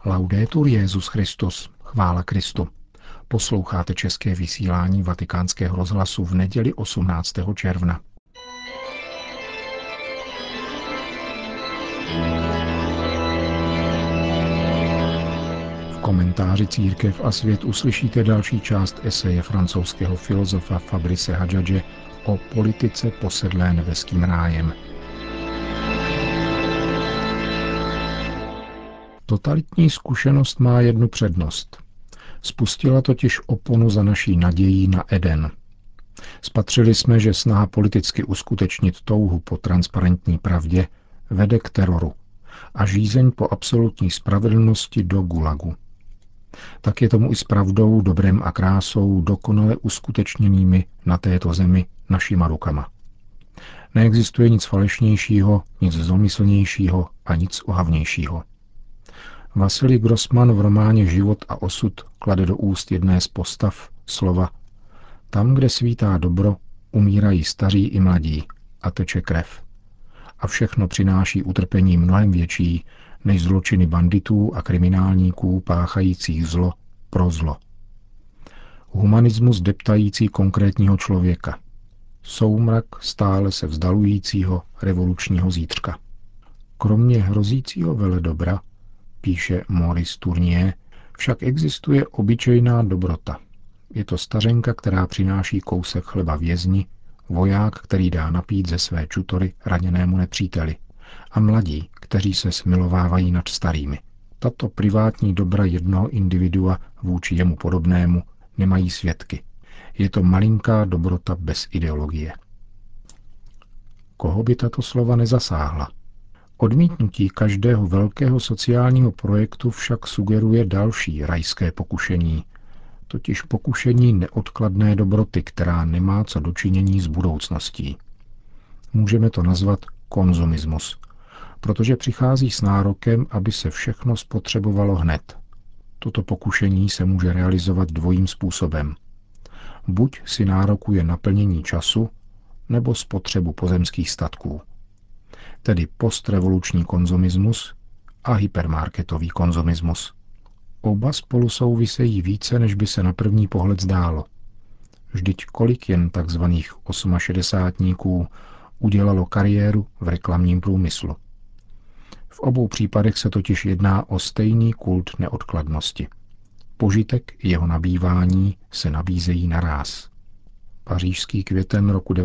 Laudetur Jesus Christus, chvála Kristu. Posloucháte české vysílání Vatikánského rozhlasu v neděli 18. června. V komentáři Církev a svět uslyšíte další část eseje francouzského filozofa Fabrice Hadžadže o politice posedlé nebeským rájem. Totalitní zkušenost má jednu přednost. Spustila totiž oponu za naší nadějí na Eden. Spatřili jsme, že snaha politicky uskutečnit touhu po transparentní pravdě vede k teroru a žízeň po absolutní spravedlnosti do gulagu. Tak je tomu i s pravdou, dobrem a krásou dokonale uskutečněnými na této zemi našima rukama. Neexistuje nic falešnějšího, nic zlomyslnějšího a nic ohavnějšího. Vasilij Grossman v románě Život a osud klade do úst jedné z postav slova: tam, kde svítá dobro, umírají staří i mladí a teče krev. A všechno přináší utrpení mnohem větší než zločiny banditů a kriminálníků páchajících zlo pro zlo. Humanismus deptající konkrétního člověka. Soumrak stále se vzdalujícího revolučního zítřka. Kromě hrozícího veledobra, píše Maurice Tournier, však existuje obyčejná dobrota. Je to stařenka, která přináší kousek chleba vězni, voják, který dá napít ze své čutory raněnému nepříteli, a mladí, kteří se smilovávají nad starými. Tato privátní dobra jednoho individua vůči jemu podobnému nemají svědky. Je to malinká dobrota bez ideologie. Koho by tato slova nezasáhla? Odmítnutí každého velkého sociálního projektu však sugeruje další rajské pokušení, totiž pokušení neodkladné dobroty, která nemá co dočinění s budoucností. Můžeme to nazvat konzumismus, protože přichází s nárokem, aby se všechno spotřebovalo hned. Toto pokušení se může realizovat dvojím způsobem. Buď si nárokuje naplnění času, nebo spotřebu pozemských statků. Tedy postrevoluční konzumismus a hypermarketový konzumismus. Oba spolu souvisejí více, než by se na první pohled zdálo. Vždyť kolik jen takzvaných 68níků udělalo kariéru v reklamním průmyslu. V obou případech se totiž jedná o stejný kult neodkladnosti. Požitek jeho nabývání se nabízejí naráz. Pařížský květen roku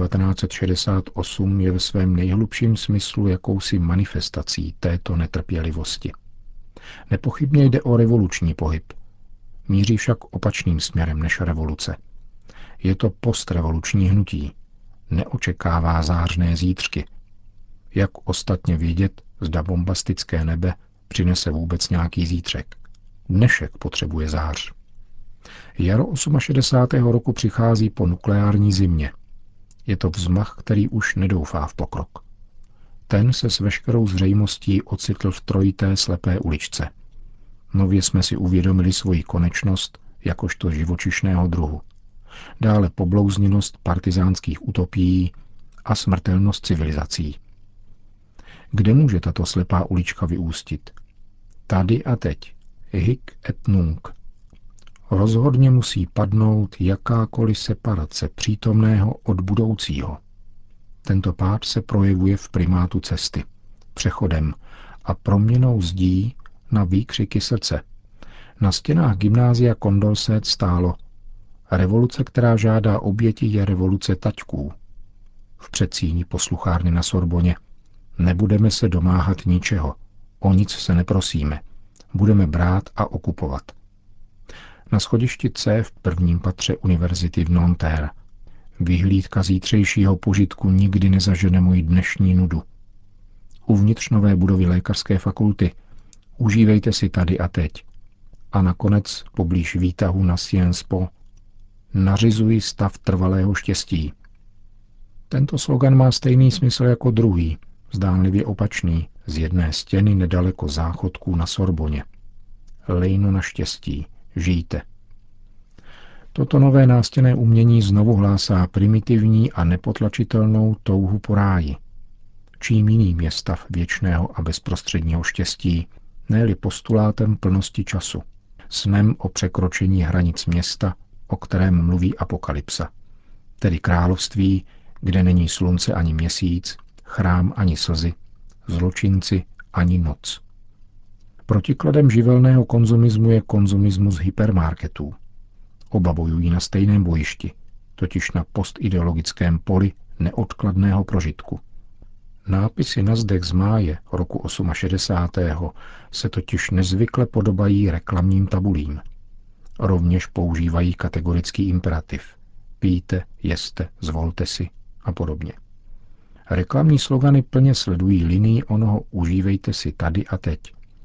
1968 je ve svém nejhlubším smyslu jakousi manifestací této netrpělivosti. Nepochybně jde o revoluční pohyb. Míří však opačným směrem než revoluce. Je to postrevoluční hnutí. Neočekává zářné zítřky. Jak ostatně vědět, zda bombastické nebe přinese vůbec nějaký zítřek? Dnešek potřebuje zář. Jaro 68. roku přichází po nukleární zimě. Je to vzmach, který už nedoufá v pokrok. Ten se s veškerou zřejmostí ocitl v trojité slepé uličce. Nově jsme si uvědomili svoji konečnost jakožto živočišného druhu. Dále poblouzněnost partizánských utopií a smrtelnost civilizací. Kde může tato slepá ulička vyústit? Tady a teď. Hic et nunc. Rozhodně musí padnout jakákoliv separace přítomného od budoucího. Tento pád se projevuje v primátu cesty, přechodem a proměnou zdí na výkřiky srdce. Na stěnách gymnázia Condorcet stálo: revoluce, která žádá oběti, je revoluce taťků. V předsíni posluchárny na Sorboně: nebudeme se domáhat ničeho, o nic se neprosíme, budeme brát a okupovat. Na schodišti C v prvním patře univerzity v Nanterre: vyhlídka zítřejšího požitku nikdy nezažene moji dnešní nudu. Uvnitř nové budovy lékařské fakulty: užívejte si tady a teď. A nakonec poblíž výtahu na Sciences Po: nařizuji stav trvalého štěstí. Tento slogan má stejný smysl jako druhý, zdánlivě opačný, z jedné stěny nedaleko záchodků na Sorboně: lejno na štěstí, žijte. Toto nové nástěnné umění znovu hlásá primitivní a nepotlačitelnou touhu po ráji. Čím jiným je stav věčného a bezprostředního štěstí, ne-li postulátem plnosti času, snem o překročení hranic města, o kterém mluví Apokalypsa, tedy království, kde není slunce ani měsíc, chrám ani slzy, zločinci ani noc. Protikladem živelného konzumismu je konzumismus hypermarketů. Oba bojují na stejném bojišti, totiž na postideologickém poli neodkladného prožitku. Nápisy na zdech z máje roku 68. se totiž nezvykle podobají reklamním tabulím. Rovněž používají kategorický imperativ. Pijte, jeste, zvolte si a podobně. Reklamní slogany plně sledují linii onoho užívejte si tady a teď.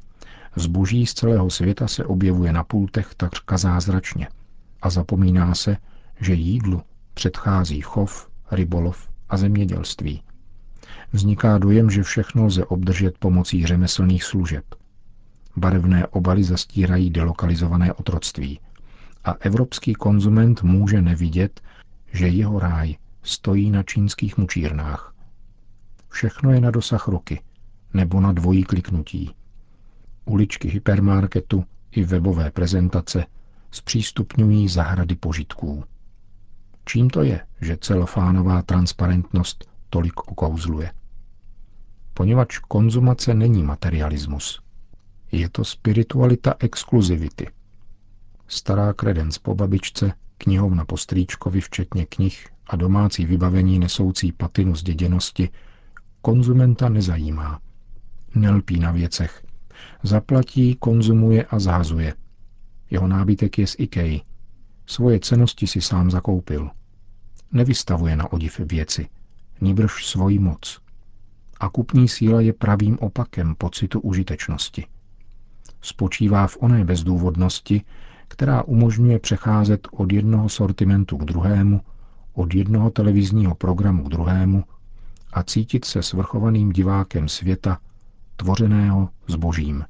Zboží z celého světa se objevuje na pultech takřka zázračně a zapomíná se, že jídlu předchází chov, rybolov a zemědělství. Vzniká dojem, že všechno lze obdržet pomocí řemeslných služeb. Barevné obaly zastírají delokalizované otroctví a evropský konzument může nevidět, že jeho ráj stojí na čínských mučírnách. Všechno je na dosah ruky nebo na dvojí kliknutí. Uličky hypermarketu i webové prezentace zpřístupňují zahrady požitků. Čím to je, že celofánová transparentnost tolik okouzluje? Poněvadž konzumace není materialismus. Je to spiritualita exkluzivity. Stará kredenc po babičce, knihovna po strýčkovi včetně knih a domácí vybavení nesoucí patinu zděděnosti konzumenta nezajímá. Nelpí na věcech. Zaplatí, konzumuje a zhazuje. Jeho nábytek je z IKEA. Svoje cennosti si sám zakoupil. Nevystavuje na odiv věci, nýbrž svoji moc. A kupní síla je pravým opakem pocitu užitečnosti. Spočívá v oné bezdůvodnosti, která umožňuje přecházet od jednoho sortimentu k druhému, od jednoho televizního programu k druhému a cítit se svrchovaným divákem světa, tvořeného zbožím.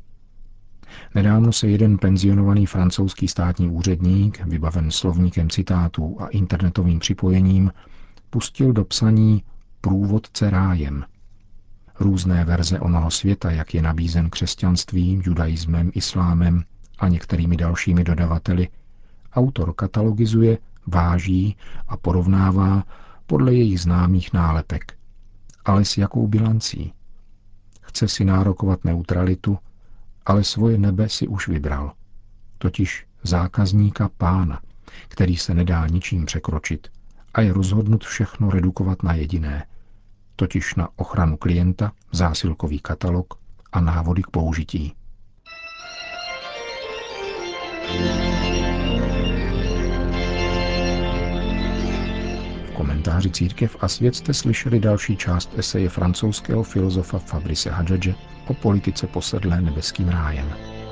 Nedávno se jeden penzionovaný francouzský státní úředník, vybaven slovníkem citátů a internetovým připojením, pustil do psaní Průvodce rájem. Různé verze onoho světa, jak je nabízen křesťanstvím, judaismem, islámem a některými dalšími dodavateli, autor katalogizuje, váží a porovnává podle jejich známých nálepek. Ale s jakou bilancí? Chce si nárokovat neutralitu, ale svoje nebe si už vybral. Totiž zákazníka Pána, který se nedá ničím překročit a je rozhodnut všechno redukovat na jediné, totiž na ochranu klienta, zásilkový katalog a návody k použití. V komentáři Církev a svět jste slyšeli další část eseje francouzského filozofa Fabrice Hadžadže o politice posedlé nebeským rájem.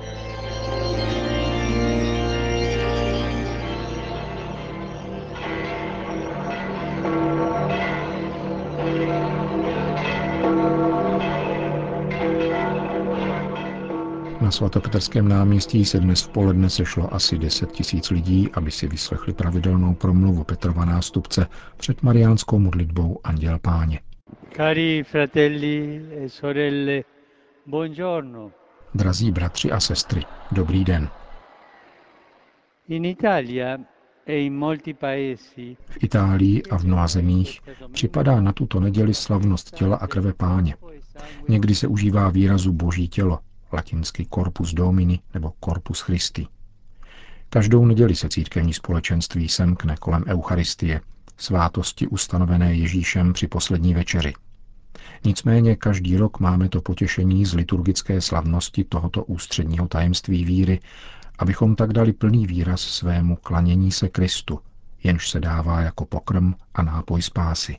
Na svatopetrském náměstí se dnes v poledne sešlo asi 10 000 lidí, aby si vyslechli pravidelnou promluvu Petrova nástupce před mariánskou modlitbou Anděl Páně. Cari fratelli e sorelle, buongiorno. Drazí bratři a sestry, dobrý den. V Itálii a v mnoha zemích připadá na tuto neděli slavnost těla a krve Páně. Někdy se užívá výrazu Boží tělo, latinsky Corpus Domini nebo Corpus Christi. Každou neděli se církevní společenství semkne kolem Eucharistie, svátosti ustanovené Ježíšem při poslední večeři. Nicméně každý rok máme to potěšení z liturgické slavnosti tohoto ústředního tajemství víry, abychom tak dali plný výraz svému klanění se Kristu, jenž se dává jako pokrm a nápoj spásy.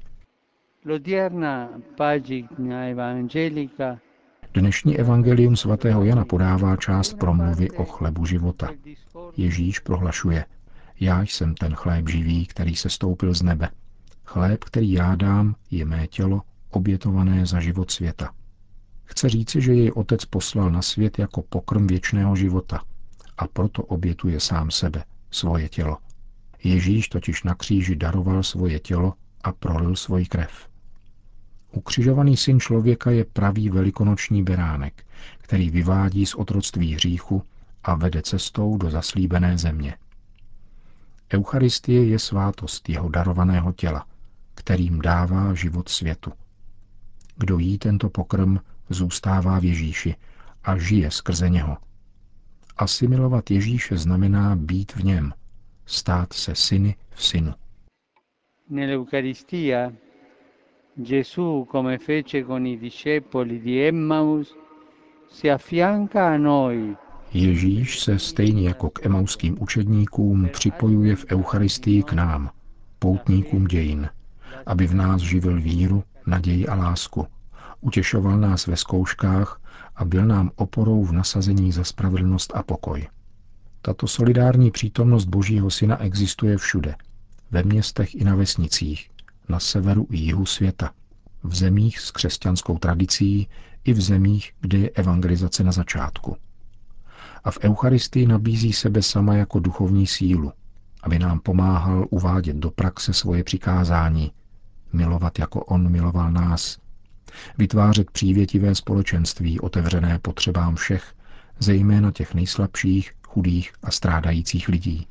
Dnešní evangelium svatého Jana podává část promluvy o chlebu života. Ježíš prohlašuje: Já jsem ten chléb živý, který se stoupil z nebe. Chléb, který já dám, je mé tělo, obětované za život světa. Chce říci, že jej Otec poslal na svět jako pokrm věčného života a proto obětuje sám sebe, svoje tělo. Ježíš totiž na kříži daroval svoje tělo a prolil svoji krev. Ukřižovaný syn člověka je pravý velikonoční beránek, který vyvádí z otroctví hříchu a vede cestou do zaslíbené země. Eucharistie je svátost jeho darovaného těla, kterým dává život světu. Kdo jí tento pokrm, zůstává v Ježíši a žije skrze něho. Asimilovat Ježíše znamená být v něm, stát se syny v synu. Nell'Eucaristia Gesù, come fece con i discepoli di Emmaus, si affianca a noi. Ježíš se stejně jako k emauským učedníkům připojuje v Eucharistii k nám, poutníkům dějin, aby v nás živil víru, naději a lásku, utěšoval nás ve zkouškách a byl nám oporou v nasazení za spravedlnost a pokoj. Tato solidární přítomnost Božího Syna existuje všude, ve městech i na vesnicích, na severu i jihu světa, v zemích s křesťanskou tradicí i v zemích, kde je evangelizace na začátku. A v Eucharistii nabízí sebe sama jako duchovní sílu, aby nám pomáhal uvádět do praxe svoje přikázání, milovat jako on miloval nás, vytvářet přívětivé společenství otevřené potřebám všech, zejména těch nejslabších, chudých a strádajících lidí.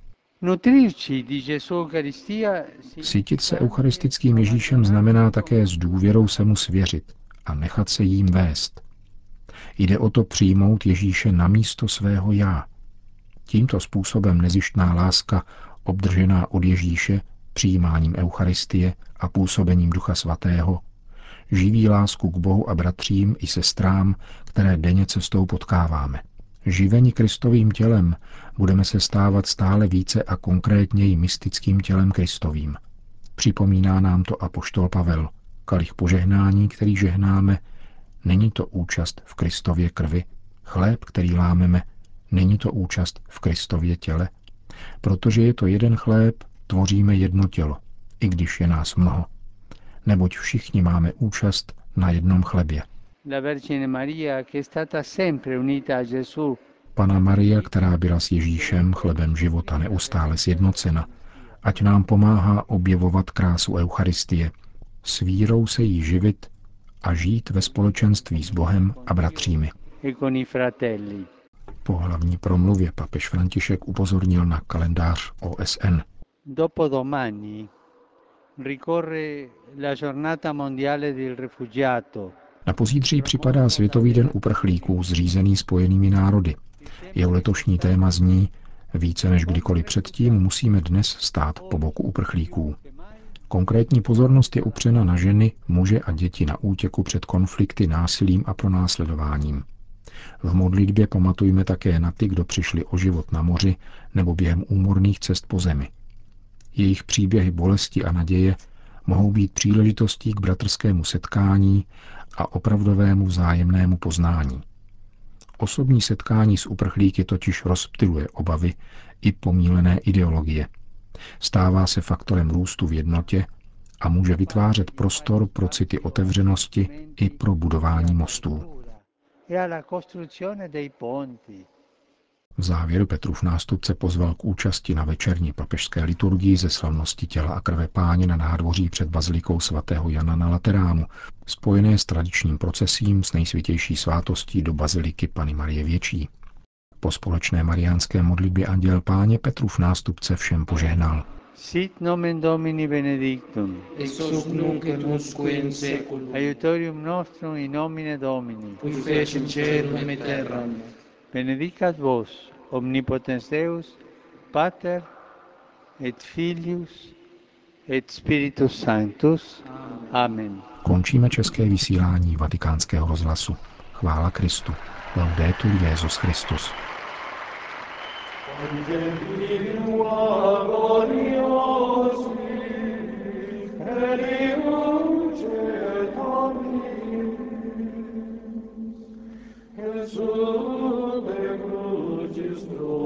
Sytit se eucharistickým Ježíšem znamená také s důvěrou se mu svěřit a nechat se jím vést. Jde o to přijmout Ježíše na místo svého já. Tímto způsobem nezištná láska, obdržená od Ježíše, přijímáním Eucharistie a působením Ducha Svatého, živí lásku k Bohu a bratřím i sestrám, které denně cestou potkáváme. Živeni Kristovým tělem budeme se stávat stále více a konkrétněji mystickým tělem Kristovým. Připomíná nám to apoštol Pavel. Kalich požehnání, který žehnáme, není to účast v Kristově krvi, chléb, který lámeme, není to účast v Kristově těle, protože je to jeden chléb, tvoříme jedno tělo, i když je nás mnoho. Neboť všichni máme účast na jednom chlebě. Panna Maria, která byla s Ježíšem, chlebem života, neustále sjednocena, ať nám pomáhá objevovat krásu Eucharistie, s vírou se jí živit a žít ve společenství s Bohem a bratřími. Po hlavní promluvě papež František upozornil na kalendář OSN. Na pozítří připadá Světový den uprchlíků zřízený Spojenými národy. Jeho letošní téma zní: více než kdykoliv předtím musíme dnes stát po boku uprchlíků. Konkrétní pozornost je upřena na ženy, muže a děti na útěku před konflikty, násilím a pronásledováním. V modlitbě pamatujme také na ty, kdo přišli o život na moři nebo během úmorných cest po zemi. Jejich příběhy bolesti a naděje mohou být příležitostí k bratrskému setkání a opravdovému vzájemnému poznání. Osobní setkání s uprchlíky totiž rozptyluje obavy i pomílené ideologie. Stává se faktorem růstu v jednotě a může vytvářet prostor pro city otevřenosti i pro budování mostů. V závěru Petrův nástupce pozval k účasti na večerní papežské liturgii ze slavnosti těla a krve Páně na nádvoří před bazilikou svatého Jana na Lateránu, spojené s tradičním procesím s nejsvětější svátostí do baziliky Panny Marie Větší. Po společné mariánské modlitbě Anděl Páně Petrův nástupce všem požehnal. Sit nomen Domini benedictum, ex hoc nunc et usque in seculum, aiutorium nostrum in nomine Domini, qui fecem caelum et terram. benedicat vos, omnipotens Deus, Pater et Filius et Spiritus Sanctus. Amen. Končíme české vysílání Vatikánského rozhlasu. Chvála Kristu. Laudetur Jesus Christus. Jesús de crucis